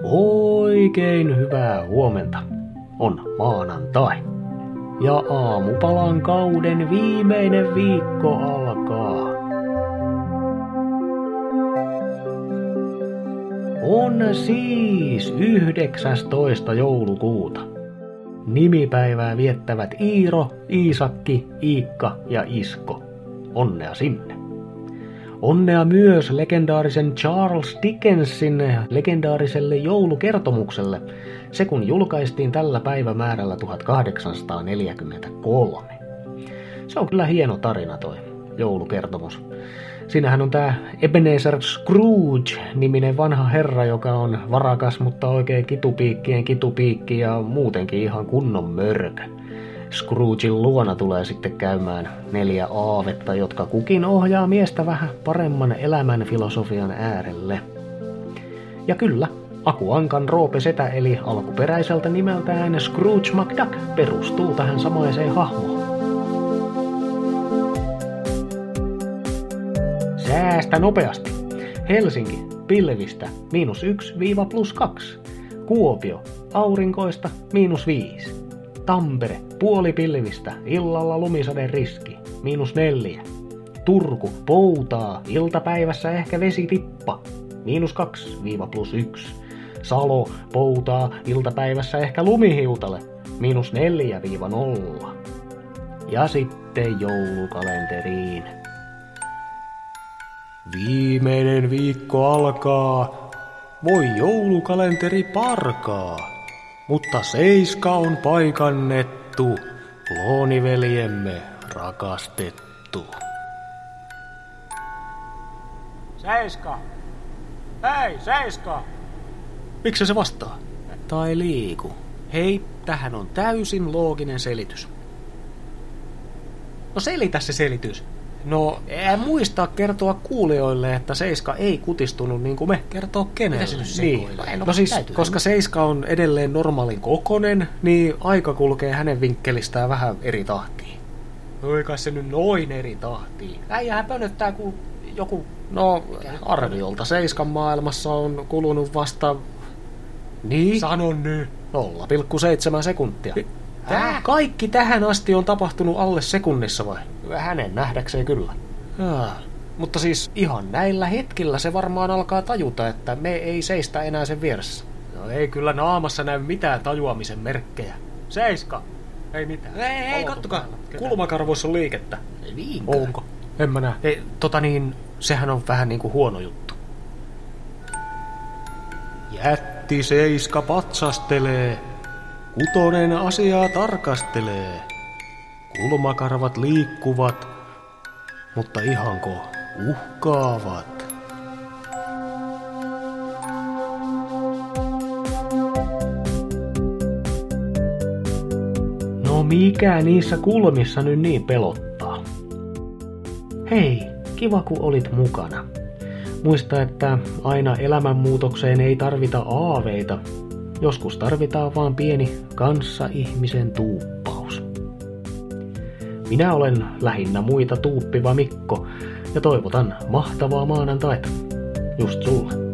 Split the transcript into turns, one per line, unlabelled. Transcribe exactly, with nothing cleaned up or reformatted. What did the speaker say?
Oikein hyvää huomenta. On maanantai. Ja aamupalan kauden viimeinen viikko alkaa. On siis yhdeksästoista joulukuuta. Nimipäivää viettävät Iiro, Iisakki, Iikka ja Isko. Onnea sinne. Onnea myös legendaarisen Charles Dickensin legendaariselle joulukertomukselle, se kun julkaistiin tällä päivämäärällä tuhatkahdeksansataaneljäkymmentäkolme. Se on kyllä hieno tarina toi joulukertomus. Siinähän on tää Ebenezer Scrooge-niminen vanha herra, joka on varakas, mutta oikein kitupiikkien kitupiikki ja muutenkin ihan kunnon mörkö. Scroogen luona tulee sitten käymään neljä aavetta, jotka kukin ohjaa miestä vähän paremman elämän filosofian äärelle. Ja kyllä, Aku Ankan Roope Setä eli alkuperäiseltä nimeltään Scrooge McDuck perustuu tähän samaiseen hahmoon. Säästä nopeasti. Helsinki, pilvistä, miinus yksi viiva plus kaksi. Kuopio, aurinkoista, miinus viisi. Tampere, puolipilvistä, illalla lumisade riski, miinus neljä. Turku, poutaa, iltapäivässä ehkä vesitippa, miinus kaksi viiva plus yksi. Salo, poutaa, iltapäivässä ehkä lumihiutale, miinus neljä viiva nolla. Ja sitten joulukalenteriin. Viimeinen viikko alkaa, voi joulukalenteri parkaa. Mutta seiska on paikannettu, klooniveljemme rakastettu.
Seiska! Hei, Seiska!
Miksi se vastaa? Tai liiku. Hei, tähän on täysin looginen selitys. No selitä se selitys. No, en muista kertoa kuulijoille, että Seiska ei kutistunut niin kuin me kertoo kenelle. Niin. No siis, koska Seiska on edelleen normaalin kokonen, niin aika kulkee hänen vinkkelistään vähän eri tahtiin. No ei kai se nyt noin eri tahtiin. Äijähän pönöttää kuin joku... No, arviolta Seiskan maailmassa on kulunut vasta... Niin?
Sano nyt.
nolla pilkku seitsemän sekuntia. Tää? Kaikki tähän asti on tapahtunut alle sekunnissa vai? Hänen nähdäkseen kyllä. Ah. Mutta siis ihan näillä hetkillä se varmaan alkaa tajuta, että me ei seistä enää sen vieressä. No ei kyllä naamassa näy mitään tajuamisen merkkejä.
Seiska! Ei mitään.
Ei, ei, kattokaa. Kulmakarvoissa on liikettä. Niinkö? Onko? En mä näe. Ei, tota niin, sehän on vähän niinku huono juttu. Jätti Seiska patsastelee. Kutonen asiaa tarkastelee. Kulmakarvat liikkuvat, mutta ihanko uhkaavat? No mikä niissä kulmissa nyt niin pelottaa? Hei, kiva kun olit mukana. Muista, että aina elämänmuutokseen ei tarvita aaveita. Joskus tarvitaan vaan pieni kanssaihmisen tuuppaus. Minä olen lähinnä muita tuuppiva Mikko ja toivotan mahtavaa maanantaita. Just sulle.